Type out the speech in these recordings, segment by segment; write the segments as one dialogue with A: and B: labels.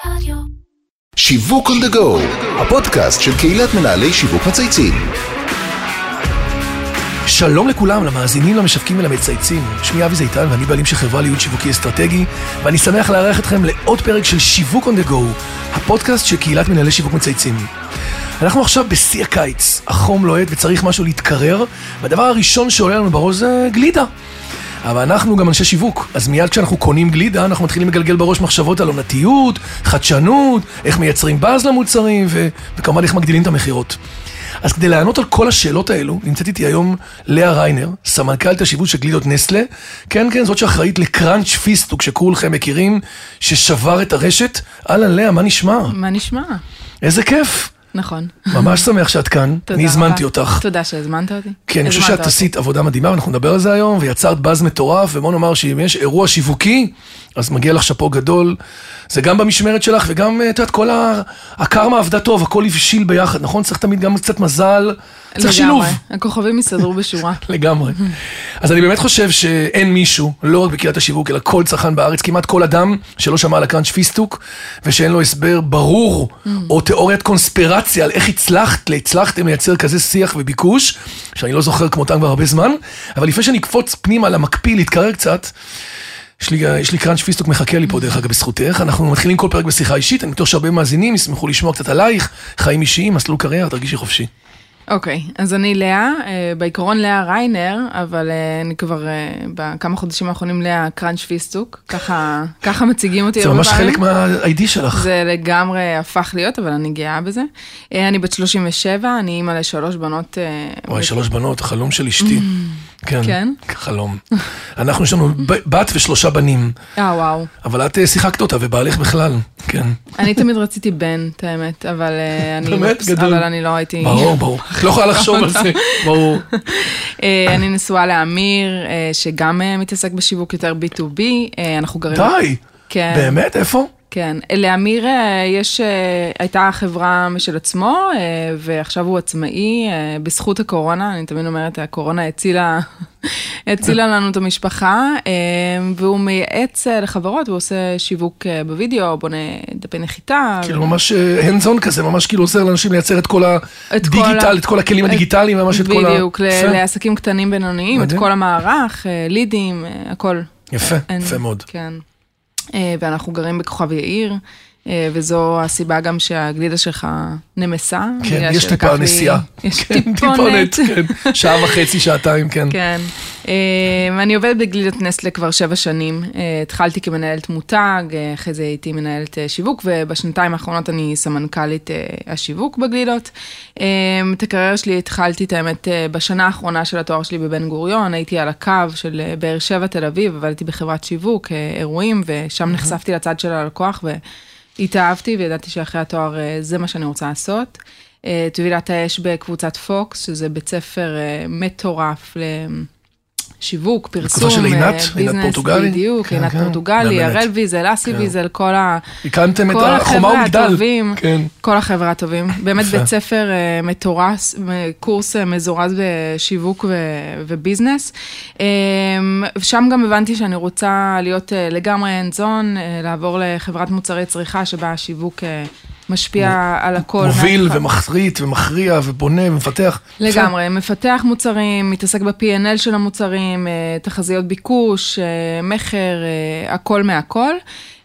A: שיווק on the go, הפודקאסט של קהילת מנהלי שיווק מצייצים.
B: שלום לכולם, למאזינים, למשווקים ולמצייצים. שמי אבי זיתן ואני בעלים של חברה לייעוד שיווקי אסטרטגי, ואני שמח לארח אתכם לעוד פרק של שיווק on the go, הפודקאסט של קהילת מנהלי שיווק מצייצים. אנחנו עכשיו בשיא הקיץ, החום לוהט וצריך משהו להתקרר, והדבר הראשון שעולה לנו בראש זה גלידה. אבל אנחנו גם אנשי שיווק, אז מיד כשאנחנו קונים גלידה, אנחנו מתחילים לגלגל בראש מחשבות על עונתיות, חדשנות, איך מייצרים באז למוצרים, וכמובן איך מגדילים את המחירות. אז כדי לענות על כל השאלות האלו, נמצאת איתי היום לאה ריינר, סמנכ"לית השיווק של גלידות נסטלה, כן, זאת שאחראית לקראנץ' פיסטוק, שכולכם מכירים, ששבר את הרשת. אהלן לאה, מה נשמע?
C: מה נשמע?
B: איזה כיף.
C: נכון.
B: ממש שמח שאת כאן, אני הזמנתי אותך.
C: תודה שהזמנת אותי.
B: כן, אני חושב שאת עשית עבודה מדהימה, ואנחנו נדבר על זה היום, ויצרת באז מטורף, ובוא נאמר שאם יש אירוע שיווקי, אז מגיע לך שפו גדול, זה גם במשמרת שלך, וגם, את יודעת, כל הקרמה עבדה טוב, הכל הבשיל ביחד, נכון? צריך תמיד גם קצת מזל, צריך שילוב.
C: הכוכבים יסתדרו בשורה.
B: לגמרי. אז אני באמת חושב שאין מישהו, לא רק בקהילת השיווק, אלא כל צרכן בארץ, כמעט כל אדם שלא שמע על הקראנץ' פיסטוק, ושאין לו הסבר ברור, או תיאוריית קונספירציה, על איך הצלחתם לייצר כזה שיח וביקוש, שאני לא זוכר כמותם כבר הרבה זמן, אבל לפני שאני אקפוץ פנימה למקפיא, להתקרר קצת, יש לי קראנץ' פיסטוק מחכה לי פה דרך אגב בזכותך, אנחנו מתחילים כל פרק בשיחה אישית, אני בטוח שהרבה מאזינים ישמחו לשמוע קצת עלייך, חיים אישיים, מסלול קריירה, תרגישי חופשי.
C: אוקיי, אז אני לאה, בעיקרון לאה ריינר, אבל אני כבר בכמה חודשים האחרונים לאה קראנץ' פיסטוק, ככה מציגים אותי.
B: זה ממש חלק מה-ID שלך.
C: זה לגמרי הפך להיות, אבל אני גאה בזה. אני בת 37, אני אימא ל3 בנות.
B: וואי, 3 בנות, החלום של אשתי. כן, חלום. אנחנו יש לנו בת ו3 בנים.
C: וואו.
B: אבל את שיחקת אותה ובעלך בכלל, כן.
C: אני תמיד רציתי בן, את האמת, אבל אני לא הייתי...
B: ברור. לא יכולה לחשוב על זה, ברור.
C: אני נשואה לאמיר, שגם מתעסק בשיווק יותר B2B, אנחנו גרים...
B: די, באמת? איפה?
C: כן, לאמיר הייתה חברה משל עצמו, ועכשיו הוא עצמאי, בזכות הקורונה, אני תמיד אומרת, הקורונה הצילה לנו את המשפחה, והוא מייעץ לחברות, הוא עושה שיווק בווידאו, בונה דפי נחיתה.
B: כאילו ממש הנדזון כזה, ממש כאילו עוזר לאנשים לייצר את כל הדיגיטל, את כל הכלים הדיגיטליים, ממש את כל ה...
C: בדיוק, לעסקים קטנים בינוניים, את כל המערך, לידים, הכל.
B: יפה מאוד.
C: כן. ואנחנו גרים בכוכב יאיר, וזו הסיבה גם שהגלידה שלך נמסה.
B: כן, יש טיפה נסיעה.
C: יש טיפונת.
B: שעה וחצי, שעתיים, כן.
C: כן. אני עובדת בגלידת נסטלה כבר 7 שנים. התחלתי כמנהלת מותג, אחרי זה הייתי מנהלת שיווק, ובשנתיים האחרונות אני סמנכ"לית השיווק בגלידות. את הקריירה שלי התחלתי את האמת בשנה האחרונה של התואר שלי בבן גוריון, הייתי על הקו של באר שבע תל אביב, עבדתי בחברת שיווק, אירועים, ושם נחשפתי לצד של הלקוח, והתאהבתי וידעתי שאחרי התואר זה מה שאני רוצה לעשות. טבילת האש בקבוצת פוקס, שזה בית ספר מטורף לשיווק, פרסום, ביזנס,
B: פורטוגלי.
C: בדיוק, עינת פורטוגלי, הראל ויזל, אסי ויזל, כל
B: החברה
C: הטובים, כל החברה הטובים. באמת בית ספר מטורף, קורס מזורז בשיווק וביזנס. שם גם הבנתי שאני רוצה להיות לגמרי הנדזון, לעבור לחברת מוצרי צריכה שבה השיווק משפיע על הכל.
B: מוביל ומחריט ומכריע ובונה ומפתח.
C: לגמרי, מפתח מוצרים, מתעסק ב-P&L של המוצרים, תחזיות ביקוש, מחר, הכל מהכל.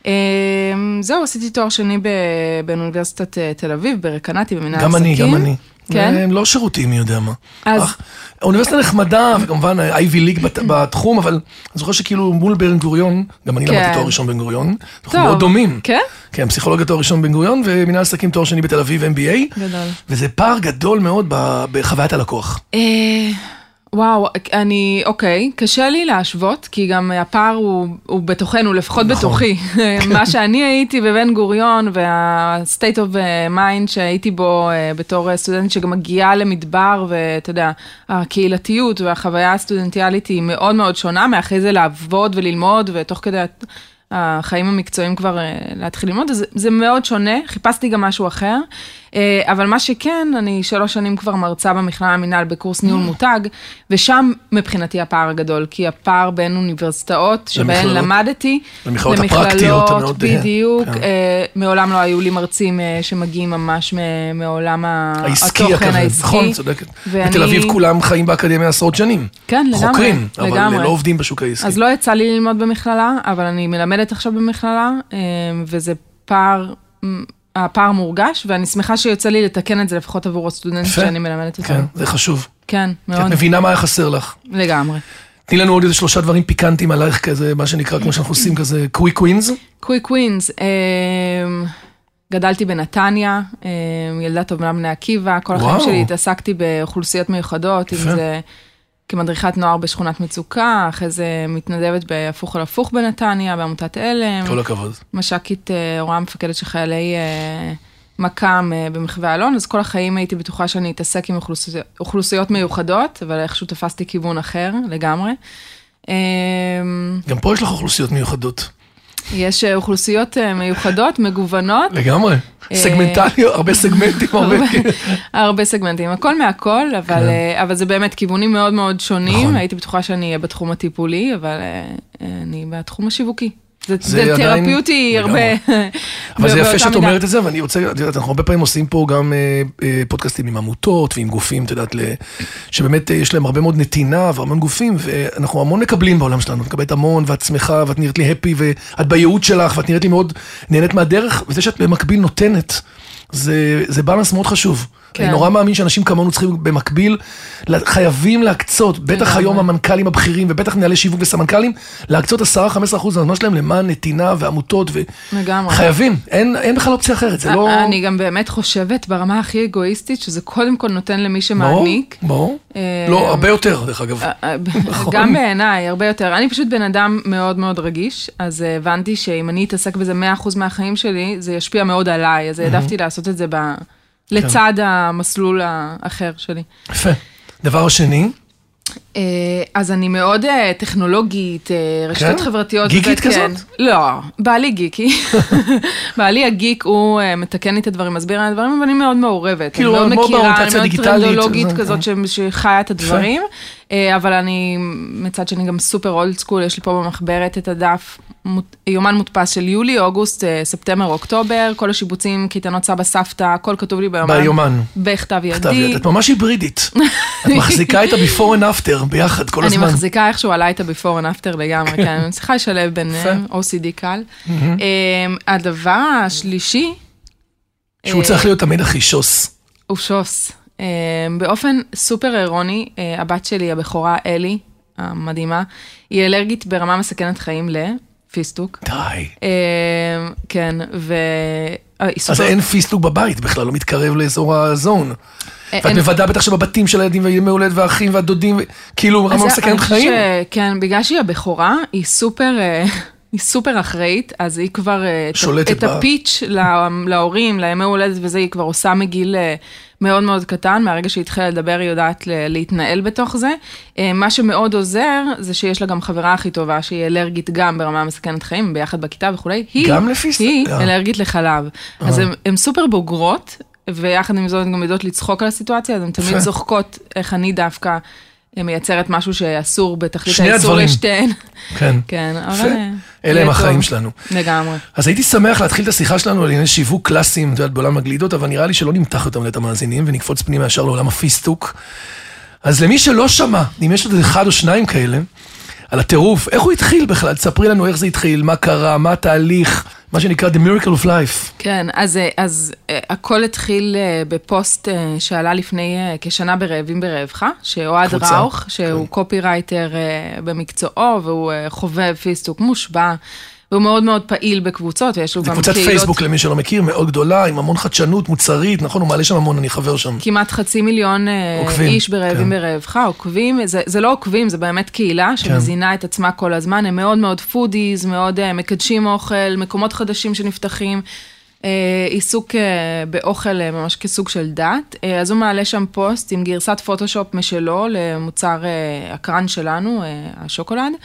C: זהו, עשיתי תואר שני באוניברסיטת תל אביב, ברקנתי, במנהל עסקים.
B: גם אני.
C: כן?
B: הם לא שירותים, מי יודע מה. האוניברסיטה נחמדה, וכמובן אייבי ליג בתחום, אבל אני זוכר שכאילו מול בן גוריון, גם אני למדתי תואר ראשון בן גוריון, אנחנו מאוד דומים.
C: כן?
B: כן, פסיכולוגיה תואר ראשון בן גוריון, ומנהל עסקים תואר שני בתל אביב, MBA.
C: גדול.
B: וזה פער גדול מאוד בחוויית הלקוח.
C: וואו, אוקיי, קשה לי להשוות, כי גם הפער הוא בתוכנו, לפחות בתוכי. מה שאני הייתי בבן גוריון, וה-state of mind שהייתי בו בתור סטודנט שגם מגיעה למדבר, ואתה יודע, הקהילתיות והחוויה הסטודנטיאלית היא מאוד מאוד שונה, מאחרי זה לעבוד וללמוד, ותוך כדי החיים המקצועיים כבר להתחיל ללמוד, אז זה מאוד שונה, חיפשתי גם משהו אחר, אבל מה שכן, אני 3 שנים כבר מרצה במכללה למינהל בקורס ניהול מותג, ושם מבחינתי הפער הגדול, כי הפער בין אוניברסיטאות שבהן למדתי,
B: למכללות הפרקטיות,
C: בדיוק, מעולם לא היו לי מרצים שמגיעים ממש מעולם התוכן העסקי.
B: נכון, צודקת. בתל אביב כולם חיים באקדמיה עשרות שנים.
C: כן, לגמרי.
B: חוקרים, אבל לא עובדים בשוק העסקי.
C: אז לא יצא לי ללמוד במכללה, אבל אני מלמדת עכשיו במכללה, וזה הפער מורגש, ואני שמחה שיוצא לי לתקן את זה לפחות עבור הסטודנט שאני מלמדת אותם.
B: כן, זה חשוב.
C: כן, מאוד.
B: כי את מבינה מה היה חסר לך.
C: לגמרי.
B: תני לנו עוד איזה 3 דברים פיקנטיים עלייך כזה, מה שנקרא, כמו שאנחנו עושים כזה, קוויק ווינס.
C: קוויק ווינס. גדלתי בנתניה, ילדת אומנם בני עקיבא, כל החיים שלי התעסקתי באוכלוסיות מיוחדות, אם זה כמדריכת נוער בשכונת מצוקה, אחרי זה מתנדבת בהפוך על הפוך בנתניה, בעמותת אלם.
B: כל הכבוד.
C: מש"קית הוראה מפקדת של חיילי מקם במחווה אלון, אז כל החיים הייתי בטוחה שאני אתעסק עם אוכלוסיות מיוחדות, אבל איכשהו תפסתי כיוון אחר לגמרי.
B: גם פה יש לך אוכלוסיות מיוחדות.
C: יש אוכלוסיות מיוחדות, מגוונות.
B: לגמרי. סגמנטליות, הרבה סגמנטים.
C: הרבה סגמנטים, הכל מהכל, אבל זה באמת כיוונים מאוד מאוד שונים. הייתי בטוחה שאני אהיה בתחום הטיפולי, אבל אני בתחום השיווקי. זה תרפיוטי הרבה.
B: אבל זה יפה שאת אומרת את זה, ואני רוצה, אנחנו הרבה פעמים עושים פה גם פודקאסטים עם עמותות ועם גופים, את יודעת, שבאמת יש להם הרבה מאוד נתינה והרבה גופים, ואנחנו המון מקבלים בעולם שלנו, את מקבלת המון, ואת שמחה, ואת נראית לי הפי, ואת בייעוד שלך, ואת נראית לי מאוד נהנית מהדרך, וזה שאת במקביל נותנת, זה בלנס מאוד חשוב. אני נורא מאמין שאנשים כמונו צריכים במקביל, חייבים להקצות, בטח היום המנכ"לים הבכירים, ובטח מנהלי שיווק וסמנכ"לים, להקצות 10-15% מהזמן שלהם למען נתינה ועמותות, וחייבים, אין בכלל אופציה אחרת, זה לא...
C: אני גם באמת חושבת ברמה הכי אגואיסטית, שזה קודם כל נותן למי שמעניק.
B: ברור, לא, הרבה יותר, דרך אגב.
C: גם בעיניי, הרבה יותר. אני פשוט בן אדם מאוד מאוד רגיש, אז הבנתי שאם אני אתעסק בזה 100% מהחיים שלי, זה ישפיע מאוד עליי, אז העדפתי לעשות את זה לצד המסלול האחר שלי.
B: יפה. דבר השני?
C: אז אני מאוד טכנולוגית, רשתות חברתיות.
B: גיקית כזאת?
C: לא, בעלי גיקי. בעלי הגיק, הוא מתקן לי את הדברים, מסביר לי את הדברים, אבל אני מאוד מעורבת.
B: כאילו, מאוד באוריינטציה דיגיטלית.
C: אני מאוד טרנדולוגית כזאת שחיה את הדברים, אבל אני מצד שאני גם סופר אולד סקול, יש לי פה במחברת את הדף, יומן מודפס של יולי, אוגוסט, ספטמבר, אוקטובר, כל השיבוצים, קייטנות סבא סבתא, הכל כתוב לי ביומן. בכתב ידי.
B: את ממש היברידית. את מחזיקה את ה-before and after ביחד כל הזמן.
C: אני מחזיקה איכשהו עליי את ה-before and after לגמרי, כן, אני צריכה לשלב בין OCD קל. הדבר השלישי...
B: שהוא צריך להיות תמיד הכי שוס.
C: הוא שוס. באופן סופר אירוני, הבת שלי, הבכורה אלי, המדהימה, היא אלרגית ברמה מסכנת חיים לפיסטוק.
B: די.
C: כן,
B: אז אין פיסטוק בבית, בכלל לא מתקרב לאזור הזון. ואת מוודא בטח שבבתים של הילדים והילדים מהולד והאחים והדודים, כאילו רמה מסכנת חיים?
C: כן, בגלל שהיא הבכורה, היא סופר אחראית, אז היא כבר את הפיץ' להורים, לימי הולדת וזה, היא כבר עושה מגיל מאוד מאוד קטן, מהרגע שהיא התחילה לדבר היא יודעת להתנהל בתוך זה. מה שמאוד עוזר, זה שיש לה גם חברה הכי טובה, שהיא אלרגית גם ברמה מסכנת חיים, ביחד בכיתה וכולי.
B: גם לפיסטוק?
C: היא אלרגית לחלב. אז הן סופר בוגרות, ויחד עם זאת גם יודעות לצחוק על הסיטואציה, אז הן תמיד צוחקות איך אני דווקא מייצרת משהו שאסור בתכלית האיסור לשתיהן.
B: כן.
C: כן, אבל...
B: אלה הם החיים שלנו.
C: לגמרי.
B: אז הייתי שמח להתחיל את השיחה שלנו על ענייני שיווק קלאסיים, את יודעת, בעולם הגלידות, אבל נראה לי שלא נמתח אותם את המאזינים, ונקפוץ פנימה ישר לעולם הפיסטוק. אז למי שלא שמע, אם יש עוד 1 או 2 כאלה, על הטירוף, איך הוא התחיל בכלל? תספרי לנו איך זה התחיל, מה קרה, מה התהליך, מה שנקרא The Miracle of Life.
C: כן, אז הכל התחיל בפוסט שעלה לפני כשנה ברעבים ברעבך, שאוהד ראוך, שהוא קופירייטר במקצועו, והוא חובב פיסטוק מושבע, והוא מאוד מאוד פעיל בקבוצות, ויש לו גם
B: קבוצת פייסבוק למי שלא מכיר, מאוד גדולה, עם המון חדשנות, מוצרית, נכון, הוא מעלה שם המון, אני חבר שם.
C: כמעט 500,000 איש ברעבים ברעבך, עוקבים, זה לא עוקבים, זה באמת קהילה שמזינה את עצמה כל הזמן, הם מאוד מאוד פודיז, מאוד מקדשים אוכל, מקומות חדשים שנפתחים, עיסוק באוכל ממש כסוג של דת, אז הוא מעלה שם פוסט עם גרסת פוטושופ משלו, למוצר הקרן שלנו, השוקולד,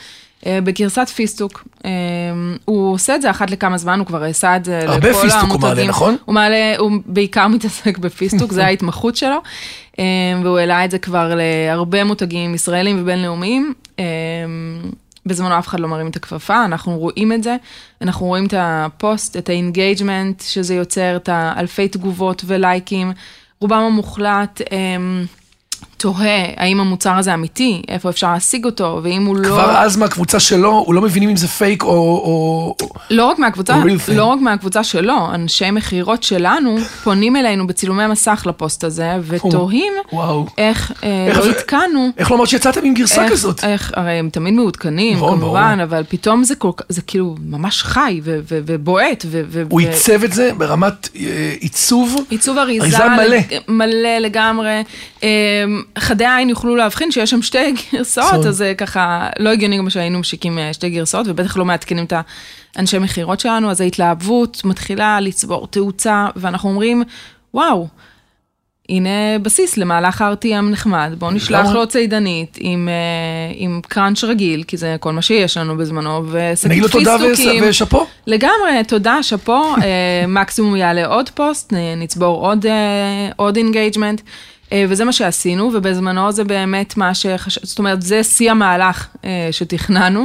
C: בגרסת פיסטוק. הוא עושה את זה אחת לכמה זמן, הוא כבר עשה את זה לכל
B: הרבה פיסטוק הוא מעלה, נכון?
C: הוא בעיקר מתעסק בפיסטוק, זה ההתמחות שלו, והוא העלה את זה כבר להרבה מותגים ישראלים ובינלאומיים. בזמנו אף אחד לא מרים את הכפפה, אנחנו רואים את זה, אנחנו רואים את הפוסט, את האינגייג'מנט שזה יוצר, את האלפי תגובות ולייקים, רובם המוחלט תוהה האם המוצר הזה אמיתי, איפה אפשר להשיג אותו, ואם הוא לא... כבר
B: אז מהקבוצה שלו, הוא לא מבינים אם זה פייק או...
C: לא רק מהקבוצה שלו, אנשי מחירות שלנו פונים אלינו בצילומי מסך לפוסט הזה, ותוהים איך לא התקנו...
B: איך לא אמרת שיצאתם עם גרסה כזאת?
C: הרי הם תמיד מעודכנים, כמובן, אבל פתאום זה כאילו ממש חי ובועט.
B: הוא ייצב את זה ברמת עיצוב
C: אריזה מלא לגמרי. חדי העין יוכלו להבחין שיש שם שתי גרסאות, אז זה ככה לא הגיוני גם שהיינו משיקים שתי גרסאות, ובטח לא מעדכנים את האנשי מחירות שלנו, אז ההתלהבות מתחילה לצבור תאוצה, ואנחנו אומרים, וואו, הנה בסיס למהלך RTM נחמד, בואו נשלח לו ציידנית עם קראנץ' רגיל, כי זה כל מה שיש לנו בזמנו,
B: נגיד לו תודה ושפו?
C: לגמרי, תודה, שפו, מקסימום יעלה עוד פוסט, נצבור עוד אינגייג'מנט, וזה מה שעשינו, ובזמנו זה באמת מה זאת אומרת, זה שיא המהלך שתכננו,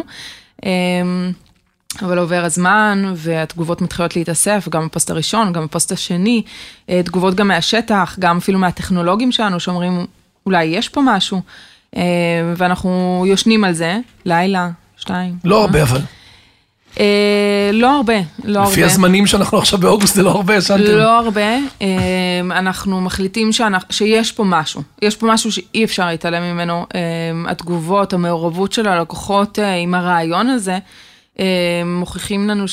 C: אבל עובר הזמן, והתגובות מתחילות להתאסף, גם בפוסט הראשון, גם בפוסט השני, תגובות גם מהשטח, גם אפילו מהטכנולוגים שלנו, שאומרים, אולי יש פה משהו, ואנחנו יושנים על זה, לילה, 2.
B: לא הרבה אבל.
C: לא הרבה.
B: לפי הזמנים שאנחנו עכשיו באוגוסט, זה לא הרבה, ישנתם.
C: לא הרבה, אנחנו מחליטים שיש פה משהו, יש פה משהו שאי אפשר להתעלם ממנו, התגובות, המעורבות של הלקוחות עם הרעיון הזה, מוכיחים לנו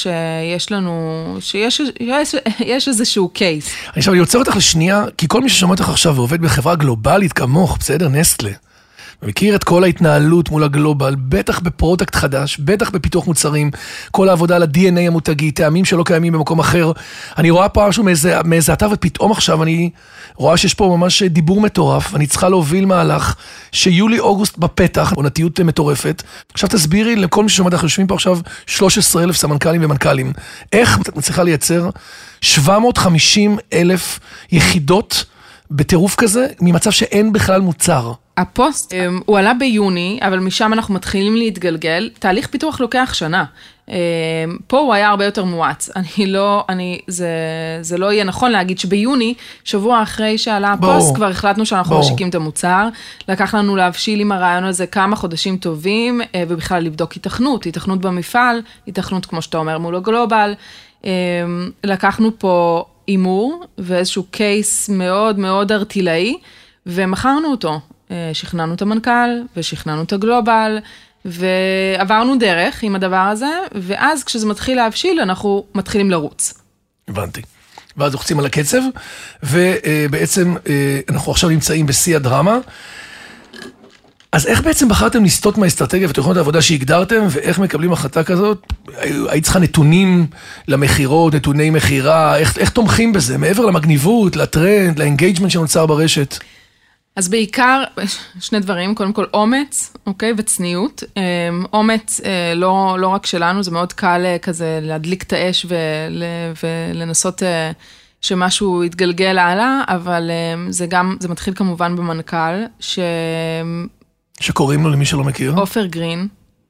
C: שיש איזשהו קייס.
B: אני יוצר אותך לשנייה, כי כל מי ששומע אותך עכשיו ועובד בחברה גלובלית כמוך, בסדר, נסטלה, מכיר את כל ההתנהלות מול הגלובל, בטח בפרודקט חדש, בטח בפיתוח מוצרים, כל העבודה על ה-DNA המותגי, טעמים שלא קיימים במקום אחר. אני רואה פה משהו מאיזה אתר, ופתאום עכשיו אני רואה שיש פה ממש דיבור מטורף, אני צריכה להוביל מהלך שיולי-אוגוסט בפתח, עונתיות מטורפת. עכשיו תסבירי לכל מי ששומע, אנחנו יושבים פה עכשיו 13,000 סמנכ"לים ומנכ"לים. איך את מצליחה לייצר 750,000 יחידות בטירוף כזה, ממצב שאין בכלל מוצר?
C: הפוסט, הוא עלה ביוני, אבל משם אנחנו מתחילים להתגלגל, תהליך פיתוח לוקח שנה. פה הוא היה הרבה יותר מואץ. זה לא יהיה נכון להגיד שביוני, שבוע אחרי שעלה הפוסט, כבר החלטנו שאנחנו משיקים את המוצר, לקח לנו להבשיל עם הרעיון הזה כמה חודשים טובים, ובכלל לבדוק התכנות במפעל, התכנות כמו שאתה אומר מול הגלובל, לקחנו פה אימור, ואיזשהו קייס מאוד מאוד ארטילאי, ומכרנו אותו. שכנענו את המנכ"ל, ושכנענו את הגלובל, ועברנו דרך עם הדבר הזה, ואז כשזה מתחיל להבשיל, אנחנו מתחילים לרוץ.
B: הבנתי. ואז לוחצים על הקצב, ובעצם אנחנו עכשיו נמצאים בשיא הדרמה. אז איך בעצם בחרתם לסטות מהאסטרטגיה ותוכנות העבודה שהגדרתם, ואיך מקבלים החלטה כזאת? היית צריכה נתונים למחירות, נתוני מחירה, איך תומכים בזה? מעבר למגניבות, לטרנד, לאנגייג'מנט שנוצר ברשת?
C: אז בעיקר, שני דברים, קודם כל אומץ, אוקיי, וצניות. אומץ לא רק שלנו, זה מאוד קל כזה להדליק את האש ולנסות שמשהו יתגלגל הלאה, אבל זה מתחיל כמובן במנכ"ל,
B: שקוראים לו למי שלא מכיר.
C: עופר גרין.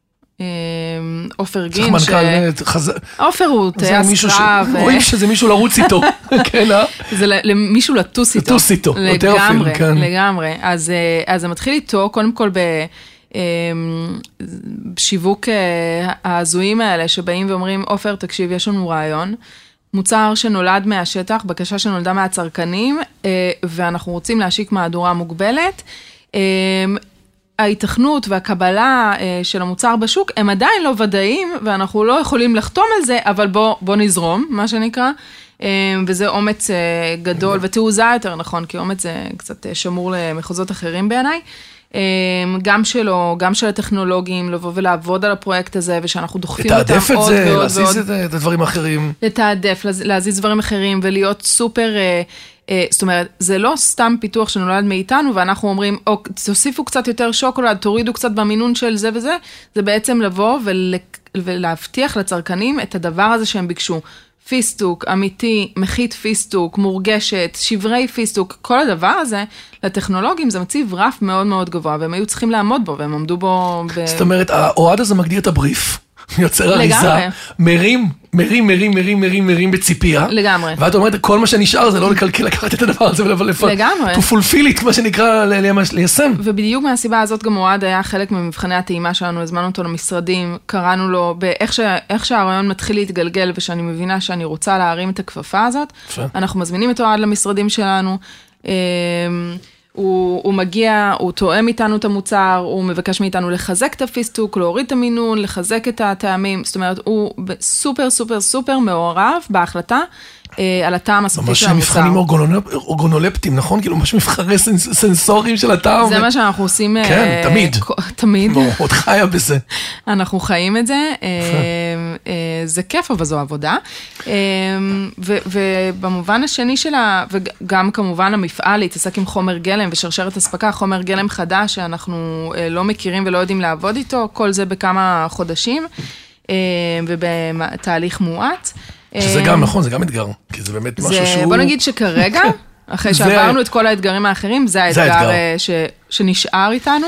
C: עופר גרין.
B: עופר
C: הוא טייס קרב.
B: רואים שזה מישהו לרוץ איתו. כן,
C: זה למישהו לטוס איתו.
B: לטוס איתו.
C: לגמרי. אז זה מתחיל איתו, קודם כל בשיווק ההזויים האלה, שבאים ואומרים, עופר, תקשיב, יש לנו רעיון. מוצר שנולד מהשטח, בקשה שנולדה מהצרכנים, ואנחנו רוצים להשיק מהדורה מוגבלת. ההיתכנות והקבלה של המוצר בשוק, הם עדיין לא ודאיים, ואנחנו לא יכולים לחתום על זה, אבל בוא נזרום, מה שנקרא, וזה אומץ גדול, ותעוזה יותר נכון, כי אומץ זה קצת שמור למחוזות אחרים בעיניי, גם שלו, גם של הטכנולוגים, לבוא ולעבוד על הפרויקט הזה, ושאנחנו דוחפים אותם עוד ועוד ועוד.
B: לתעדף את זה, להזיז את הדברים האחרים.
C: לתעדף, להזיז דברים אחרים, ולהיות סופר זאת אומרת, זה לא סתם פיתוח שנולד מאיתנו, ואנחנו אומרים, תוסיפו קצת יותר שוקולד, תורידו קצת במינון של זה וזה, זה בעצם לבוא ולהבטיח לצרכנים את הדבר הזה שהם ביקשו. פיסטוק, אמיתי, מחית פיסטוק, מורגשת, שברי פיסטוק, כל הדבר הזה, לטכנולוגים זה מציב רף מאוד מאוד גבוה, והם היו צריכים לעמוד בו, והם עמדו בו
B: זאת אומרת, האוהד הזה מגדיר את הבריף, יוצר אריזה, מרים בציפייה.
C: לגמרי.
B: ואת אומרת, כל מה שנשאר זה לא לקחת את הדבר הזה
C: לגמרי.
B: to fulfill it, מה שנקרא ליישם.
C: ובדיוק מהסיבה הזאת גם אוהד היה חלק ממבחני הטעימה שלנו, הזמנו אותו למשרדים, קראנו לו, איך שהרעיון מתחיל להתגלגל, ושאני מבינה שאני רוצה להרים את הכפפה הזאת, אנחנו מזמינים את אוהד למשרדים שלנו, הוא מגיע, הוא תואם איתנו את המוצר, הוא מבקש מאיתנו לחזק את הפיסטוק, להוריד את המינון, לחזק את הטעמים, זאת אומרת, הוא סופר סופר סופר מעורב בהחלטה על הטעם הסופי של המוצר.
B: ממש מבחנים אורגונולפטיים, נכון? כאילו ממש מבחרי סנסורים של הטעם.
C: זה מה שאנחנו עושים.
B: כן, תמיד.
C: תמיד.
B: עוד חיה בזה.
C: אנחנו חיים את זה. זה כיף, אבל זו עבודה. ובמובן השני שלה, וגם כמובן המפעל להתעסק עם חומר גלם ושרשרת הספקה, חומר גלם חדש שאנחנו לא מכירים ולא יודעים לעבוד איתו, כל זה בכמה חודשים, ובתהליך מועט.
B: שזה גם נכון, זה גם אתגר, כי זה באמת משהו שהוא...
C: בוא נגיד שכרגע, אחרי שעברנו את כל האתגרים האחרים, זה האתגר שנשאר איתנו,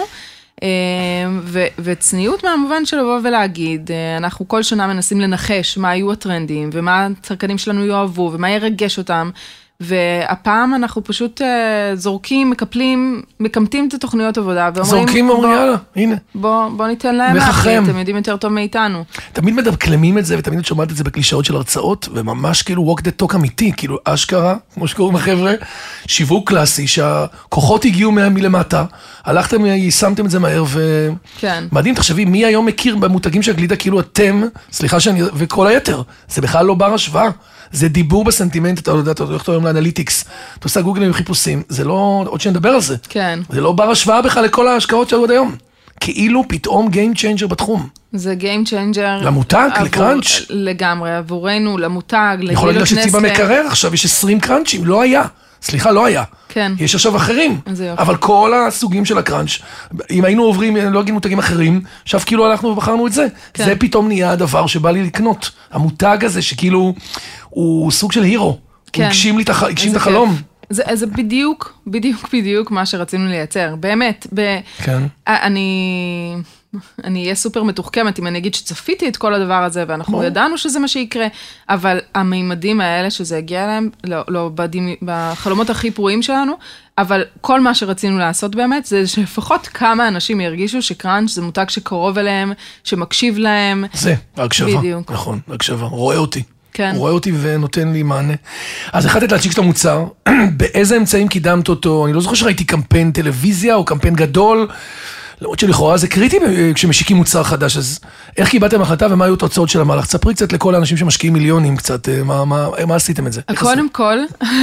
C: וצניעות מהמובן של לבוא ולהגיד, אנחנו כל שנה מנסים לנחש מה היו הטרנדים, ומה הצרכנים שלנו יאהבו, ומה ירגש אותם, והפעם אנחנו פשוט זורקים, מקמטים את התוכניות עבודה,
B: זורקים ואומרים, יאללה, הנה.
C: בוא ניתן להם להחליט, אתם יודעים יותר טוב מאיתנו.
B: תמיד מדקלמים את זה, ותמיד את שומעת את זה בקלישאות של הרצאות, וממש כאילו walk the talk אמיתי, כאילו אשכרה, כמו שקוראים החבר'ה, שיווק קלאסי, שהכוחות הגיעו מלמטה, הלכתם, יישמתם את זה מהר, ומדהים, תחשבי, מי היום מכיר במותגים של גלידה, כאילו אתם, סליחה שאני, וכל היתר, זה בכלל לא בר השוואה. זה דיבור בסנטימנט, אתה יודע, אתה הולך היום לאנליטיקס, אתה עושה גוגל עם חיפושים, זה לא, עוד שנדבר על זה.
C: כן.
B: זה לא בר השוואה בכלל לכל ההשקעות שהיו עד היום. כאילו פתאום Game Changer בתחום.
C: זה Game Changer.
B: למותג, לקראנץ'.
C: לגמרי, עבורנו, למותג, לגלילות נסטלה.
B: יכול להגיד שציבה מקרר עכשיו, יש 20 קראנצ'ים, לא היה. סליחה, לא היה.
C: כן.
B: יש עכשיו אחרים. אבל כל הסוגים של הקראנץ', אם היינו עוברים, לא אגיד מותגים אחרים, עכשיו כאילו הלכנו ובחרנו את זה. כן. זה פתאום נהיה הדבר שבא לי לקנות. המותג הזה שכאילו, הוא סוג של הירו. כן. הוא הגשים את החלום.
C: זה בדיוק מה שרצינו לייצר. באמת,
B: כן.
C: אני אהיה סופר מתוחכמת אם אני אגיד שצפיתי את כל הדבר הזה, ואנחנו ידענו שזה מה שיקרה, אבל המימדים האלה שזה הגיע אליהם, לא בחלומות הכי פרועים שלנו, אבל כל מה שרצינו לעשות באמת, זה שלפחות כמה אנשים ירגישו שקראנץ' זה מותג שקרוב אליהם, שמקשיב להם.
B: זה, הקשבה. בדיוק. נכון, הקשבה. רואה אותי. כן. הוא רואה אותי ונותן לי מענה. אז החלטת להציג את המוצר, באיזה אמצעים קידמת אותו? אני לא זוכר שראיתי קמפיין טלוויזיה או קמפיין גדול, למרות שלכאורה זה קריטי כשמשיקים מוצר חדש, אז איך קיבלתם החלטה ומה היו התוצאות של המהלך? תספרי קצת לכל האנשים שמשקיעים מיליונים קצת, מה עשיתם את זה?
C: קודם כל,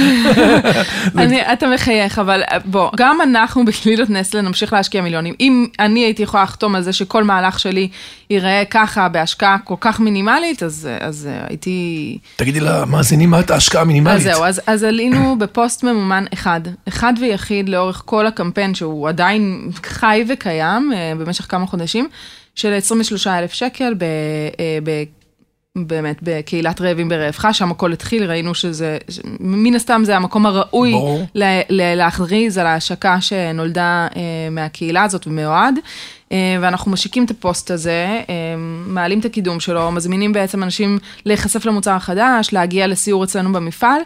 C: אתה מחייך, אבל בוא, גם אנחנו בגלילות נסטלה נמשיך להשקיע מיליונים. אם אני הייתי יכולה לחתום על זה שכל מהלך שלי ייראה ככה בהשקעה כל כך מינימלית, אז הייתי...
B: תגידי למאזינים מה את ההשקעה המינימלית.
C: אז זהו, אז עלינו בפוסט ממומן אחד ויחיד לאורך כל הקמפיין שהוא עדיין חי וקיים, במשך כמה חודשים, של 23,000 שקל, באמת בקהילת רעבים ברעבך, שם הכל התחיל, ראינו שזה, מן הסתם זה המקום הראוי להכריז על ההשקה שנולדה מהקהילה הזאת ומאוהד, ואנחנו משיקים את הפוסט הזה, מעלים את הקידום שלו, מזמינים בעצם אנשים להיחשף למוצר החדש, להגיע לסיור אצלנו במפעל,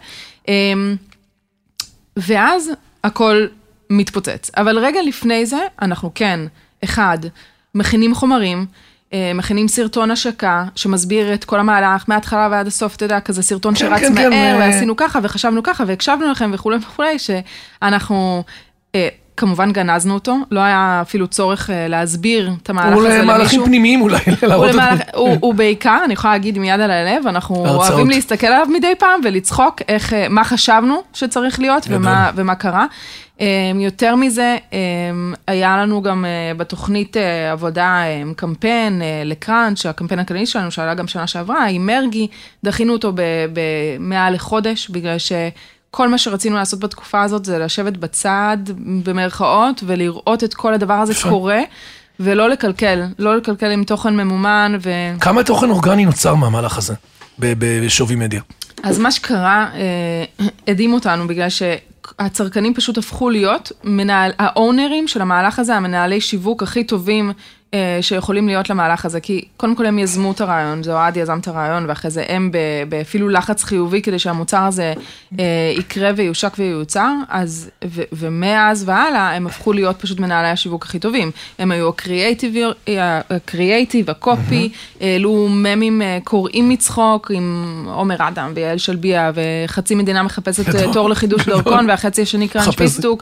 C: ואז הכל מתפוצץ. אבל רגע לפני זה, אנחנו כן, מכינים חומרים, מכינים סרטון השקה, שמסביר את כל המהלך, מההתחלה ועד הסוף, אתה יודע, כזה סרטון שרץ מהר, ועשינו ככה, וחשבנו ככה, והקשבנו לכם וכו' וכו', שאנחנו כמובן גנזנו אותו, לא היה אפילו צורך להסביר את המהלך הזה למישהו.
B: הוא למהלכים פנימיים אולי, להראות אותו.
C: הוא בעיקר, אני יכולה להגיד עם יד על הלב, אנחנו אוהבים להסתכל עליו מדי פעם, ולצחוק מה חשבנו שצריך להיות, ומה קרה. יותר מזה, היה לנו גם בתוכנית עבודה קמפיין לקראנץ', הקמפיין הכללי שלנו, שעלה גם שנה שעברה, עם מרגי, דחינו אותו מעל לחודש, בגלל כל מה שרצינו לעשות בתקופה הזאת, זה לשבת בצד, במרכאות, ולראות את כל הדבר הזה קורה, ולא לקלקל, לא לקלקל עם תוכן ממומן.
B: כמה תוכן אורגני נוצר מהמהלך הזה, בשווי מדיה?
C: אז מה שקרה, הדהים אותנו, בגלל שהצרכנים פשוט הפכו להיות האונרים של המהלך הזה, המנהלי שיווק הכי טובים שיכולים להיות למהלך הזה, כי קודם כל הם יזמו את הרעיון, זה אוהד יזם את הרעיון, ואחרי זה הם באפילו לחץ חיובי, כדי שהמוצר הזה יקרה ויושק ויוצר, ומאז והלאה הם הפכו להיות פשוט מנהלי השיווק הכי טובים. הם היו הקריאייטיב, הקופי, העלו ממים קוראים מצחוק, עם עומר אדם ויעל שלביה, וחצי מדינה מחפשת תור לחידוש דרכון, והחצי השני קראנץ' פיסטוק,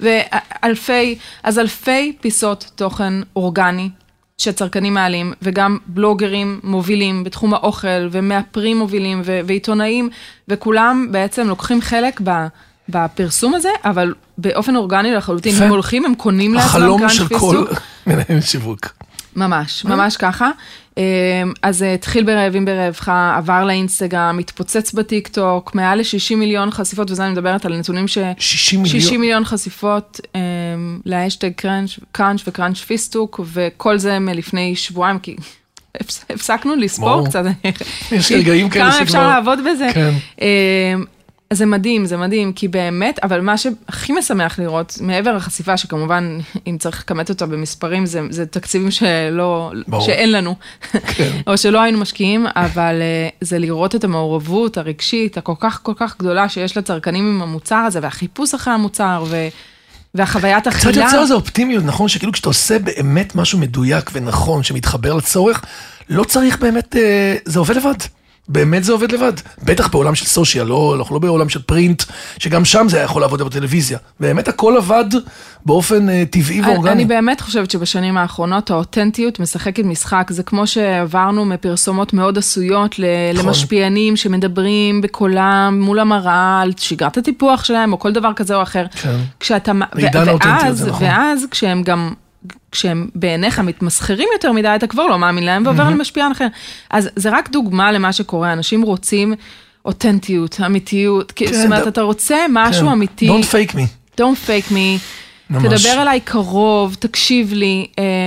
C: אלפי פיסות תוכן אורגני, שהצרכנים מעלים, וגם בלוגרים מובילים בתחום האוכל, ומאפרים מובילים, ועיתונאים, וכולם בעצם לוקחים חלק בפרסום הזה, אבל באופן אורגני לחלוטין, הם הולכים, הם קונים לעצמם
B: החלום של כל מנהל שיווק.
C: ממש, ממש ככה. אז התחיל ברעבים ברעבך, עבר לאינסטגרם, התפוצץ בטיק-טוק, מעל ל-60 מיליון חשיפות, וזה אני מדברת על נתונים 60 מיליון חשיפות להשטג קראנץ' וקראנץ' פיסטוק, וכל זה מלפני שבועיים, כי הפסקנו לספור קצת.
B: יש רגעים כאלה
C: כמה אפשר לעבוד בזה. אז זה מדהים, כי באמת, אבל מה שהכי משמח לראות, מעבר החשיפה, שכמובן, אם צריך לקמת אותה במספרים, זה תקציבים שאין לנו, או שלא היינו משקיעים, אבל זה לראות את המעורבות הרגשית, הכל כך גדולה, שיש לצרכנים עם המוצר הזה, והחיפוש אחרי המוצר, והחוויית אכילה.
B: קצת יוצר זה אופטימיות, נכון? שכאילו כשאתה עושה באמת משהו מדויק ונכון, שמתחבר לצורך, לא צריך באמת, זה עובד לבד. באמת זה עובד לבד. בטח בעולם של סושיאל, לא בעולם של פרינט, שגם שם זה יכול לעבוד בטלוויזיה. באמת הכל עבד באופן טבעי ואורגני.
C: אני באמת חושבת שבשנים האחרונות האותנטיות משחקת משחק. זה כמו שעברנו מפרסומות מאוד עשויות למשפיענים שמדברים בקולם מול המראה על שגרת הטיפוח שלהם, או כל דבר כזה או אחר.
B: כן. ועידן האותנטיות, זה נכון.
C: ואז כשהם בעיניך מתמסחרים יותר מדי, אתה כבר לא מאמין להם, ועובר למשפיען אחר. אז זה רק דוגמה למה שקורה. אנשים רוצים אותנטיות, אמיתיות. זאת אומרת, אתה רוצה משהו אמיתי.
B: Don't fake me.
C: Don't fake me. תדבר אליי קרוב, תקשיב לי.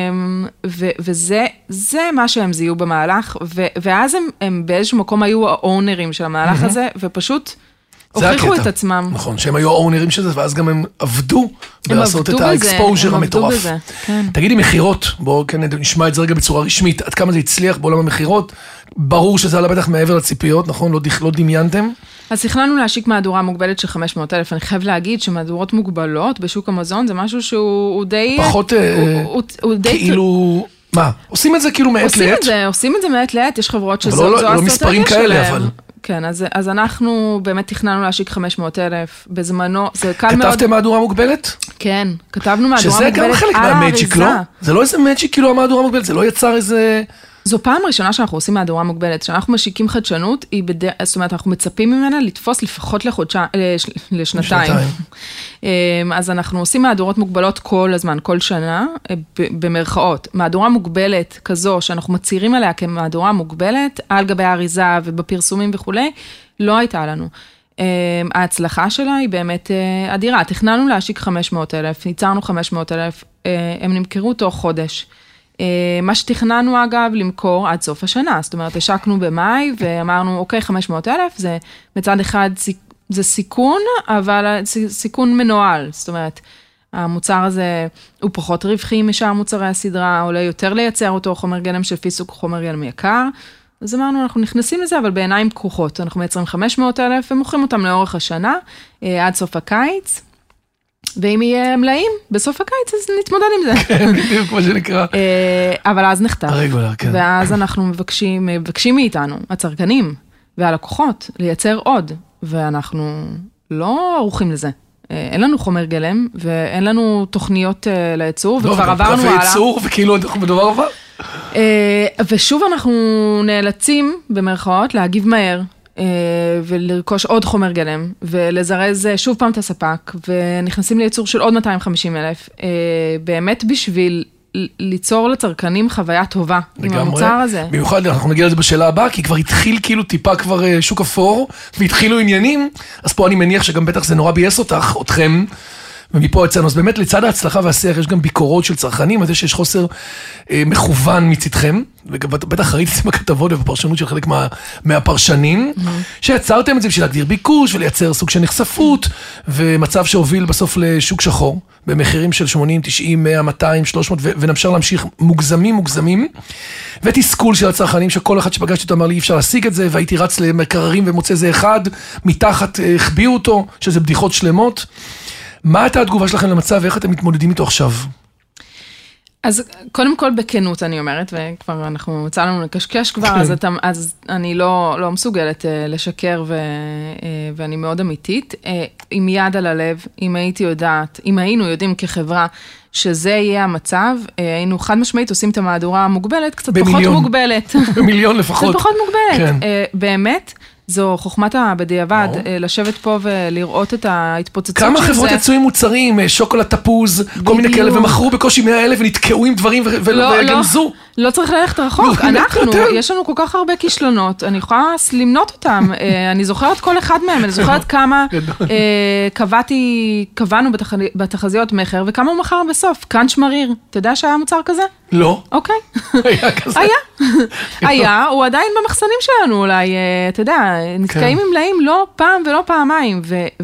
C: וזה מה שהם זיהו במהלך. ואז הם באיזשהו מקום היו האונרים של המהלך הזה, ופשוט הוכיחו את עצמם.
B: נכון, שהם היו האונרים של זה, ואז גם הם עבדו לעשות את האקספוז'ר המטורף. תגידי, מחירות, בואו נשמע את זה רגע בצורה רשמית, עד כמה זה הצליח בעולם המחירות, ברור שזה עלה בטח מעבר לציפיות, נכון? לא דמיינתם?
C: אז תכננו להשיק מהדורה מוגבלת של 500,000, אני חייב להגיד שמהדורות מוגבלות בשוק המזון, זה משהו שהוא די...
B: פחות כאילו... מה? עושים את זה כאילו מעת לעת?
C: עושים את זה מעת לעת, יש חברות שזו
B: לא מספרים כאלה, אבל...
C: כן, אז אנחנו באמת תכננו להשיק 500,000, בזמנו, זה קל מאוד...
B: כתבתם מהדורה מוגבלת?
C: כן, כתבנו מהדורה מוגבלת על האריזה.
B: שזה גם חלק מהמג'יק, לא? זה לא איזה מג'יק כאילו המהדורה מוגבלת, זה לא יצר איזה...
C: זו פעם ראשונה שאנחנו עושים מהדורה מוגבלת, כשאנחנו משיקים חדשנות, זאת אומרת, אנחנו מצפים ממנה לתפוס לפחות לשנתיים. אז אנחנו עושים מהדורות מוגבלות כל הזמן, כל שנה, במרכאות. מהדורה מוגבלת כזו, שאנחנו מצהירים עליה כמהדורה מוגבלת, על גבי האריזה ובפרסומים וכו', לא הייתה לנו. ההצלחה שלה היא באמת אדירה. תכננו להשיק 500,000, ייצרנו 500,000, הם נמכרו תוך חודש. מה שתכננו אגב למכור עד סוף השנה, זאת אומרת, השקנו במאי ואמרנו, אוקיי, 500,000, זה מצד אחד זה סיכון, אבל סיכון מנוהל, זאת אומרת, המוצר הזה הוא פחות רווחי משאר מוצרי הסדרה, עולה יותר לייצר אותו, חומר גלם של פיסוק, חומר גלם יקר, אז אמרנו, אנחנו נכנסים לזה, אבל בעיניים פקוחות, אנחנו מייצרים 500,000 ומוכרים אותם לאורך השנה, עד סוף הקיץ, ואם יהיה מלאים, בסוף הקיץ, אז נתמודד עם זה.
B: כן, בדיוק כמו שנקרא.
C: אבל אז נחתך.
B: הרגולר, כן.
C: ואז אנחנו מבקשים מאיתנו, הצרכנים והלקוחות, לייצר עוד, ואנחנו לא ערוכים לזה. אין לנו חומר גלם, ואין לנו תוכניות לייצור, וכבר עברנו הלאה.
B: קרפי ייצור, וכאילו אנחנו בדבר עבר.
C: ושוב אנחנו נאלצים, במרכאות, להגיב מהר, ולרכוש עוד חומר גלם, ולזרז שוב פעם את הספק, ונכנסים לייצור של עוד 250,000, באמת בשביל ליצור לצרכנים חוויה טובה עם המוצר הזה.
B: במיוחד, אנחנו נגיע לזה בשאלה הבאה, כי כבר התחיל כאילו טיפה כבר שוק אפור, והתחילו עניינים, אז פה אני מניח שגם בטח זה נורא בייס אתכם, ומפה אצלנו, אז באמת לצד ההצלחה והשיח יש גם ביקורות של צרכנים, על זה שיש חוסר מכוון מצדכם, ובטח ראיתי את זה בכתבות ובפרשנות של חלק מהפרשנים, שיצרתם את זה בשביל להגדיר ביקוש ולייצר סוג של נחשפות, ומצב שהוביל בסוף לשוק שחור, במחירים של 80, 90, 100, 200, 300, ונמשך להמשיך מוגזמים, ותסכול של הצרכנים, שכל אחד שפגשתי אותו אמר לי, אי אפשר להשיג את זה, והייתי רץ למקררים ומוצא זה אחד, מתחת החביאו אותו, שזה בדיחות שלמות. מה הייתה התגובה שלכם למצב, ואיך אתם מתמודדים איתו עכשיו?
C: אז קודם כל בכנות אני אומרת, וכבר אנחנו מצא לנו לקשקש כבר, אז אני לא מסוגלת לשקר, ואני מאוד אמיתית. עם יד על הלב, אם היינו יודעים כחברה, שזה יהיה המצב, היינו חד משמעית עושים את המהדורה המוגבלת, קצת פחות מוגבלת.
B: במיליון לפחות.
C: קצת פחות מוגבלת. באמת, זו חוכמת בדיעבד, לשבת פה ולראות את ההתפוצצות של זה.
B: כמה חברות יצאו עם מוצרים, שוקולד תפוז, כל מיני כאלה, ומכרו בקושי 100,000 ונתקעו עם דברים וגנזו.
C: לא צריך ללכת רחוק, יש לנו כל כך הרבה כישלונות, אני יכולה למנות אותם, אני זוכרת כל אחד מהם, אני זוכרת כמה קבענו בתחזיות מחר, וכמה הוא מחר בסוף, כאן שמריר, אתה יודע שהיה מוצר כזה?
B: לא.
C: אוקיי.
B: היה כזה.
C: היה, הוא עדיין במחסנים שלנו אולי, אתה יודע, נתקעים עם מלאים לא פעם ולא פעמיים,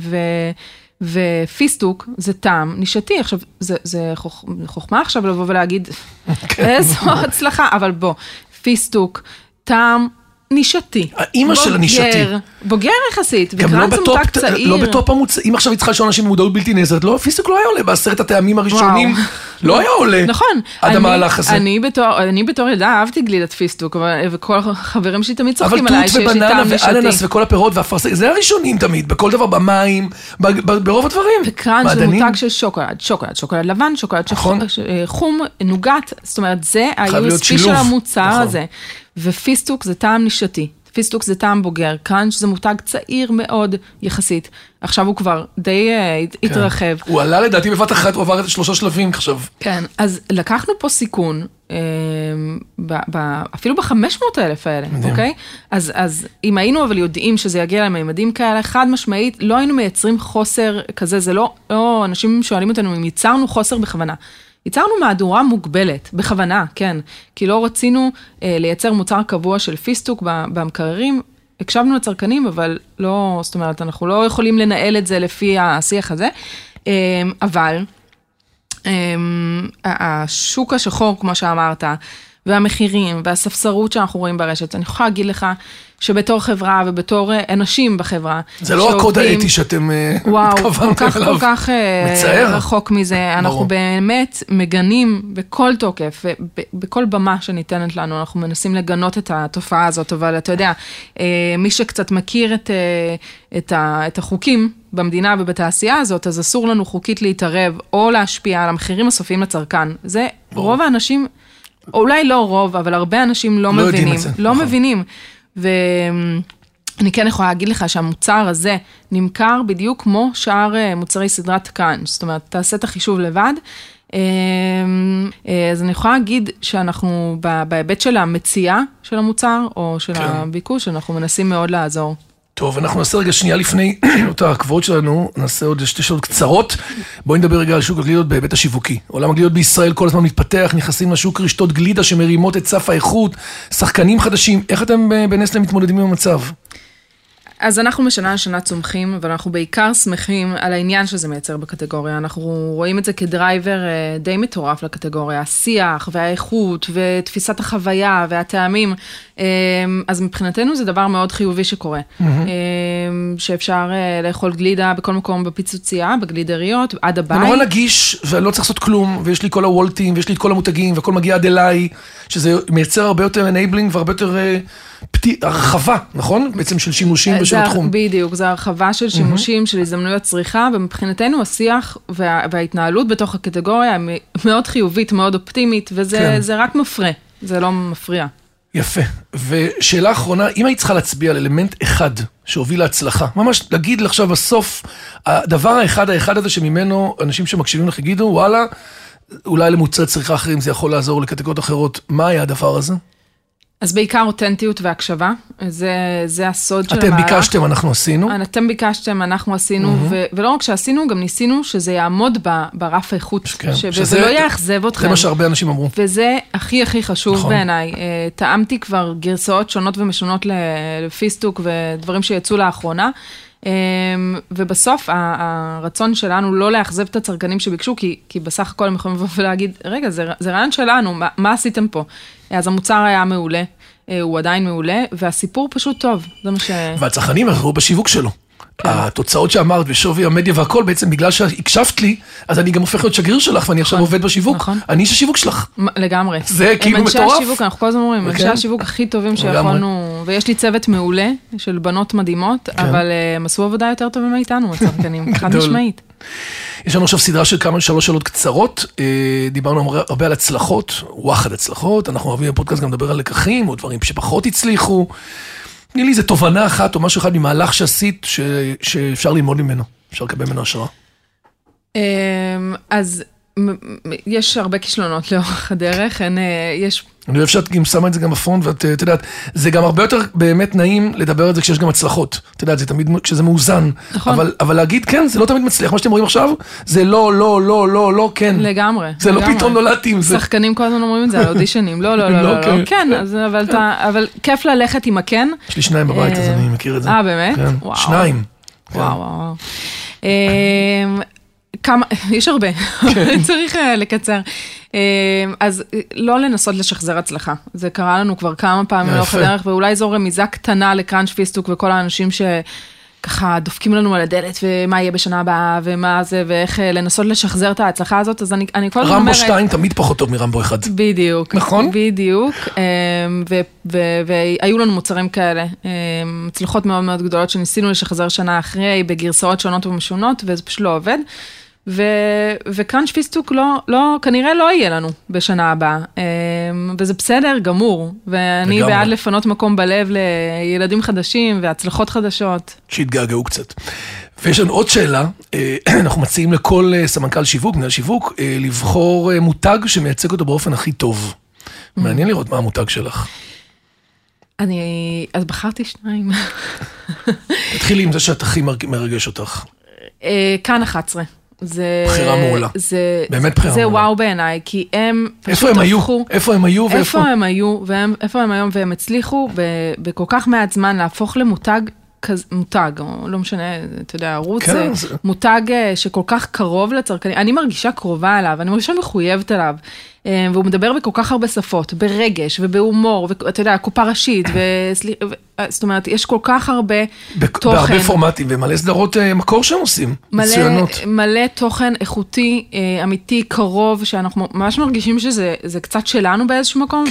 C: ופיסטוק זה טעם נישתי, עכשיו זה חוכמה עכשיו לבוא ולהגיד, איזו הצלחה, אבל בוא, פיסטוק, טעם נישתי.
B: האמא של הנישתי.
C: בוגר יחסית, וקרן זה מותג צעיר.
B: לא בטופ המוצא, אם עכשיו היא צריכה לשאול אנשים במודעות בלתי נעזרת, לא, פיסטוק לא היה עולה בעשרת הטעמים הראשונים, לא היה עולה.
C: נכון.
B: עד המהלך הזה.
C: אני בתור ילדה אהבתי גלידת פיסטוק, וכל החברים שלי תמיד צוחקים עליי,
B: שיש לי טעם נישתי. אבל תות ובננה ואננס וכל הפירות והפרסק, זה הראשונים תמיד, בכל דבר, במים, ברוב הדברים.
C: וקרן זה מותג של שוקולד לבן, שוקולד חום, נוגת, זאת אומרת, זה ה-USP של המוצר הזה. ופיסטוק זה טעם נישתי, פיסטוק זה טעם בוגר, קראנץ' זה מותג צעיר מאוד יחסית, עכשיו הוא כבר די התרחב.
B: הוא עלה לדעתי בבת אחת, הוא עבר את 3 שלבים עכשיו.
C: כן, אז לקחנו פה סיכון, אפילו ב-500,000 האלה, אוקיי? אז אם היינו אבל יודעים שזה יגיע לממדים כאלה, חד משמעית, לא היינו מייצרים חוסר כזה, זה לא, אנשים שואלים אותנו אם ייצרנו חוסר בכוונה. ייצרנו מהדורה מוגבלת, בכוונה, כן, כי לא רצינו לייצר מוצר קבוע של פיסטוק במקררים, הקשבנו לצרכנים, אבל לא, זאת אומרת, אנחנו לא יכולים לנהל את זה לפי השיח הזה, אבל השוק השחור, כמו שאמרת, והמחירים והספסרות שאנחנו רואים ברשת, אני יכולה להגיד לך שבתור חברה ובתור אנשים בחברה.
B: זה לא הקוד האתי שאתם
C: התכוונתם עליו. כל כך רחוק מזה. אנחנו באמת מגנים בכל תוקף, בכל במה שניתנת לנו, אנחנו מנסים לגנות את התופעה הזאת, אבל אתה יודע, מי שקצת מכיר את החוקים במדינה ובתעשייה הזאת, אז אסור לנו חוקית להתערב או להשפיע על המחירים הסופיים לצרכן. זה רוב האנשים, או אולי לא רוב, אבל הרבה אנשים לא מבינים. לא מבינים. ואני כן יכולה להגיד לך שהמוצר הזה נמכר בדיוק כמו שאר מוצרי סדרת קראנץ', זאת אומרת, תעשה את החישוב לבד. אז אני יכולה להגיד שאנחנו בהיבט של המציאה של המוצר, או של הביקוש, אנחנו מנסים מאוד לעזור.
B: טוב, אנחנו נעשה רגע שנייה לפני אותה הקבועות שלנו, נעשה עוד 2 שאלות קצרות. בואי נדבר רגע על שוק הגלידות בהיבט השיווקי. עולם הגלידות בישראל כל הזמן מתפתח, נכנסים לשוק רשתות גלידה שמרימות את סף האיכות, שחקנים חדשים. איך אתם בנסטלה מתמודדים עם המצב?
C: אז אנחנו משנה לשנה צומחים, אבל אנחנו בעיקר שמחים על העניין שזה מייצר בקטגוריה. אנחנו רואים את זה כדרייבר די מטורף לקטגוריה, השיח והאיכות ותפיסת החוויה והטעמים. אז מבחינתנו זה דבר מאוד חיובי שקורה. שאפשר לאכול גלידה בכל מקום בפיצוצייה, בגלידריות, עד הבית.
B: ונורא נגיש, ולא צריך לעשות כלום, ויש לי כל הוולטים, ויש לי את כל המותגים, והכל מגיע עד אליי, שזה מייצר הרבה יותר enabling והרבה יותר הרחבה, נכון? בעצם של שימושים ושל התחום.
C: בדיוק, זה הרחבה של שימושים, של הזדמנויות צריכה, ומבחינתנו השיח וההתנהלות בתוך הקטגוריה מאוד חיובית, מאוד אופטימית, וזה רק מפרה, זה לא מפריע.
B: יפה. ושאלה אחרונה, אם היית צריכה להצביע על אלמנט אחד שהוביל להצלחה, ממש להגיד עכשיו בסוף, הדבר האחד הזה שממנו אנשים שמקשיבים לך יגידו, וואלה, אולי למוצרי צריכה אחרים זה יכול לעזור לקטגוריות אחרות, מה היה הדבר הזה?
C: אז בעיקר אותנטיות והקשבה, זה הסוד של
B: אתם
C: המהלך.
B: ביקשתם, אנחנו עשינו.
C: אתם ביקשתם, אנחנו עשינו, ולא רק שעשינו, גם ניסינו שזה יעמוד ברף האיכות, ולא יאכזב אתכם.
B: זה מה שהרבה אנשים אמרו.
C: וזה הכי הכי חשוב בעיניי. טעמתי כבר גרסאות שונות ומשונות לפיסטוק ודברים שיצאו לאחרונה, ובסוף הרצון שלנו לא לאכזב את הצרכנים שביקשו, כי בסך הכל הם יכולים לבוא ולהגיד, רגע, זה רעיון שלנו, מה עשיתם פה? אז המוצר היה מעולה, הוא עדיין מעולה, והסיפור פשוט טוב, זה מה ש...
B: והצרכנים עברו בשיווק שלו. התוצאות שאמרת בשווי המדיה והכל, בעצם בגלל שהקשבת לי, אז אני גם הופך להיות שגריר שלך, ואני עכשיו עובד בשיווק. אני איש השיווק שלך.
C: לגמרי.
B: זה כאילו מטורף.
C: אנשי השיווק, אנחנו כל הזמן אומרים, אנשי השיווק הכי טובים שיכולנו, ויש לי צוות מעולה של בנות מדהימות, אבל הם עשו עבודה יותר טובה מאיתנו, הצרכנים, חד משמעית.
B: יש לנו עכשיו סדרה של שלוש שאלות קצרות, דיברנו הרבה על הצלחות, וואחד הצלחות, אנחנו אוהבים בפודקאסט גם לדבר על לקחים, או דברים שפחות הצליחו, תני לי איזה תובנה אחת או משהו אחד ממהלך שעשית שאפשר ללמוד ממנו, אפשר לקבל ממנו השראה.
C: אז יש הרבה כישלונות לאורך הדרך,
B: אני אוהב שאת גם שמה את זה גם בפרונט, ואת יודעת, זה גם הרבה יותר באמת נעים לדבר על זה כשיש גם הצלחות, את יודעת, זה תמיד כשזה מאוזן, אבל להגיד כן, זה לא תמיד מצליח, מה שאתם רואים עכשיו, זה לא, כן.
C: לגמרי.
B: זה לא פתאום נולדתי עם זה.
C: שחקנים כל הזמן אומרים את זה על אודישנים, לא, כן, אבל כיף ללכת עם הכן.
B: יש לי 2 בבית, אז אני מכיר את זה.
C: באמת?
B: 2.
C: וואו. יש הרבה, צריך לקצר. אז לא לנסות לשחזר הצלחה. זה קרה לנו כבר כמה פעמים לאורך הדרך, ואולי זו רמיזה קטנה לקראנץ' פיסטוק וכל האנשים שככה דופקים לנו על הדלת, ומה יהיה בשנה הבאה, ומה זה, ואיך לנסות לשחזר את ההצלחה הזאת. אז אני כל הזמן אומרת...
B: רמבו 2 תמיד פחות טוב מרמבו 1.
C: בדיוק.
B: נכון?
C: בדיוק. והיו לנו מוצרים כאלה, הצלחות מאוד מאוד גדולות, שניסינו לשחזר שנה אחרי, בגרסאות שונות ומשונות, וזה פשוט לא עובד. וקראנץ' פיסטוק כנראה לא יהיה לנו בשנה הבאה, וזה בסדר גמור, ואני בעד לפנות מקום בלב לילדים חדשים והצלחות חדשות.
B: שהתגעגעו קצת. ויש לנו עוד שאלה, אנחנו מציעים לכל סמנכ"ל שיווק, מנהל שיווק, לבחור מותג שמייצג אותו באופן הכי טוב. מעניין לראות מה המותג שלך.
C: אז בחרתי 2.
B: תתחילי עם זה שאת הכי מרגש אותך.
C: כאן 11.
B: בחירה מעולה. באמת בחירה מעולה.
C: זה וואו בעיניי, כי הם
B: פשוט הפכו... איפה הם היו
C: ואיפה הם היום, והם הצליחו בכל כך מעט זמן להפוך למותג, או לא משנה, אתה יודע, ערוץ, מותג שכל כך קרוב לצרכנים, אני מרגישה קרובה אליו, אני מרגישה מחויבת אליו, והוא מדבר בכל כך הרבה שפות, ברגש ובהומור, ואתה יודע, קופה ראשית, זאת אומרת, יש כל כך הרבה תוכן.
B: בהרבה פורמטים, ומלא סדרות מקור שהם עושים, מצוינות.
C: מלא תוכן איכותי, אמיתי, קרוב, שאנחנו ממש מרגישים שזה קצת שלנו באיזשהו מקום,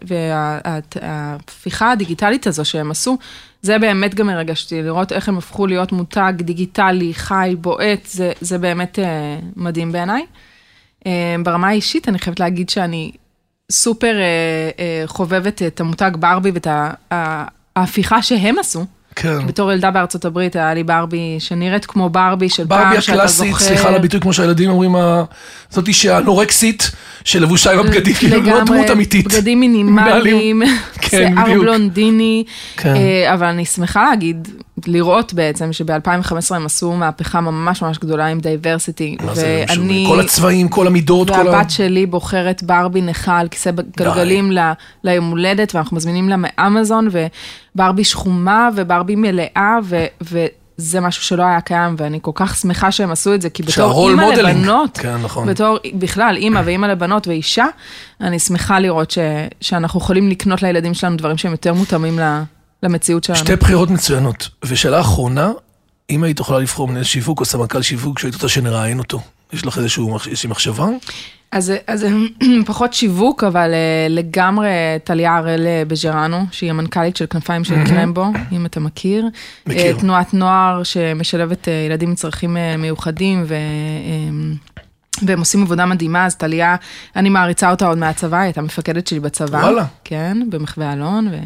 C: וההפיכה הדיגיטלית הזו שהם עשו, זה באמת גם מרגשתי, לראות איך הם הפכו להיות מותג דיגיטלי, חי, בועט, זה באמת מדהים בעיניי. ברמה האישית, אני חייבת להגיד שאני סופר חובבת את המותג ברבי ואת ההפיכה שהם עשו. כן. בתור ילדה בארצות הברית, היה לי ברבי שנראית כמו ברבי של פעם שאתה זוכר. ברבי הקלאסית, סליחה לביטוי כמו שהילדים אומרים, זאת אישה הנורקסית שלבושה עם הבגדים, כאילו לא דמות אמיתית. בגדים מינימליים, שיער בלונדיני, אבל אני שמחה להגיד, לראות בעצם שב-2015 הם עשו מהפכה ממש ממש גדולה עם דייברסיטי,
B: ואני... כל הצבעים, כל המידות,
C: והבת שלי בוחרת ברבי נכה על כיסא גלגלים ליום הולדת, ואנחנו מזמינים לה מאמזון, וברבי שחומה וברבי מלאה, וזה משהו שלא היה קיים, ואני כל כך שמחה שהם עשו את זה, כי בתור אימא לבנות, בתור בכלל אימא ואימא לבנות ואישה, אני שמחה לראות שאנחנו יכולים לקנות לילדים שלנו דברים שהם יותר מותאמים למציאות שלנו.
B: 2 בחירות מצוינות, ושאלה האחרונה, אם היית יכולה לבחור מנהל שיווק או סמנכ"ל שיווק, שהיית אותה שנראיין אותו, יש לך איזושהי מחשבה?
C: אז פחות שיווק, אבל לגמרי טליה הראל בג'רנו, שהיא המנכ"לית של כנפיים של קרמבו, אם אתה מכיר. תנועת נוער שמשלבת ילדים עם צרכים מיוחדים, והם עושים עבודה מדהימה, אז טליה, אני מעריצה אותה עוד מהצבא, היא הייתה מפקדת שלי בצבא.
B: וואלה.
C: כן, במחווה אלון,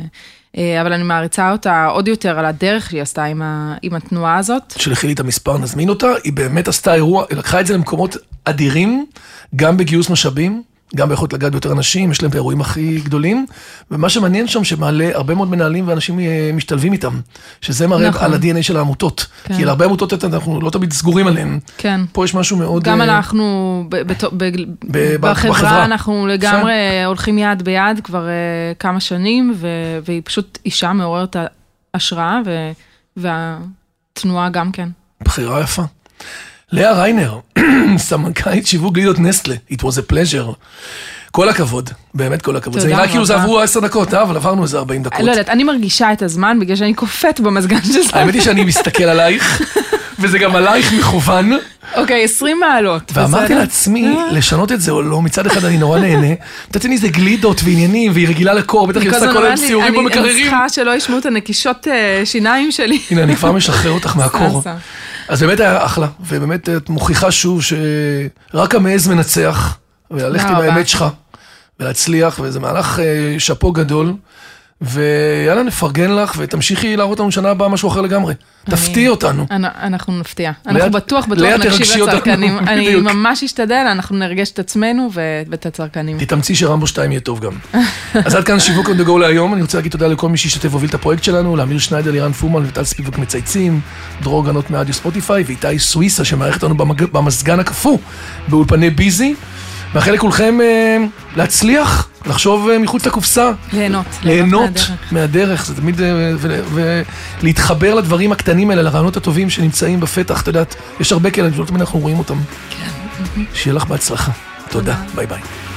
C: אבל אני מעריצה אותה עוד יותר על הדרך שהיא עשתה עם התנועה הזאת.
B: שלחי לי את המספר, נזמין אותה, היא באמת עשתה אירוע, היא לקחה את זה למקומות אדירים, גם בגיוס משאבים, גם ביכולת לגעת ביותר אנשים, יש להם את האירועים הכי גדולים, ומה שמעניין שם שמעלה הרבה מאוד מנהלים ואנשים משתלבים איתם, שזה מראה על ה-DNA של העמותות, כי להרבה עמותות אנחנו לא תמיד סגורים עליהן.
C: כן.
B: פה יש משהו מאוד...
C: גם אנחנו, בחברה אנחנו לגמרי הולכים יד ביד כבר כמה שנים, והיא פשוט אישה מעוררת השראה, והתנועה גם כן.
B: בחירה יפה. לאה ריינר, סמנכ"לית שיווק גלידות נסטלה, it was a pleasure. כל הכבוד, באמת כל הכבוד. זה נראה כאילו זה עברו 10 דקות, אבל עברנו איזה 40 דקות.
C: לא יודעת, אני מרגישה את הזמן בגלל שאני קופאת במזגן של זה.
B: האמת היא שאני מסתכל עלייך, וזה גם עלייך מכוון.
C: אוקיי, 20 מעלות.
B: ואמרתי לעצמי, לשנות את זה או לא, מצד אחד אני נורא נהנה, מצד שני זה גלידות ועניינים, והיא רגילה לקור, בטח היא עושה כל היום סיורים במקררים.
C: אני צריכה שלא ישמעו את הנקישות שיניים שלי.
B: הנה, אני כבר משחרר אותך מהקור. אז באמת היה אחלה, ובאמת את מוכיחה שוב שרק המעז מנצח, וללכת עם האמת שלך, ולהצליח, וזה מהלך שפו גדול, ויאללה נפרגן לך, ותמשיכי להראות לנו שנה הבאה משהו אחר לגמרי. תפתיע אותנו.
C: אנחנו נפתיע. אנחנו בטוח נקשיב לצרכנים. אני ממש אשתדל, אנחנו נרגש את עצמנו ואת הצרכנים.
B: תתאמצי שרמבו 2 יהיה טוב גם. אז עד כאן שיווק on the go להיום. אני רוצה להגיד תודה לכל מי שהשתתף והוביל את הפרויקט שלנו, לאמיר שניידר, לירן פורמן וטל ספיבוק מצייצים, דרור גנות מאדיו ספוטיפיי, ואיתי סוויסה שמערכת לנו במזגן הקפוא באולפני ביזי. מאחל לכולכם להצליח, לחשוב מחוץ לקופסה. ליהנות מהדרך. זה תמיד, ולהתחבר לדברים הקטנים האלה, לרעיונות הטובים שנמצאים בפתח. אתה יודעת, יש הרבה כאלה, לא תמיד אנחנו רואים אותם.
C: כן.
B: שיהיה לך בהצלחה. תודה. ביי ביי.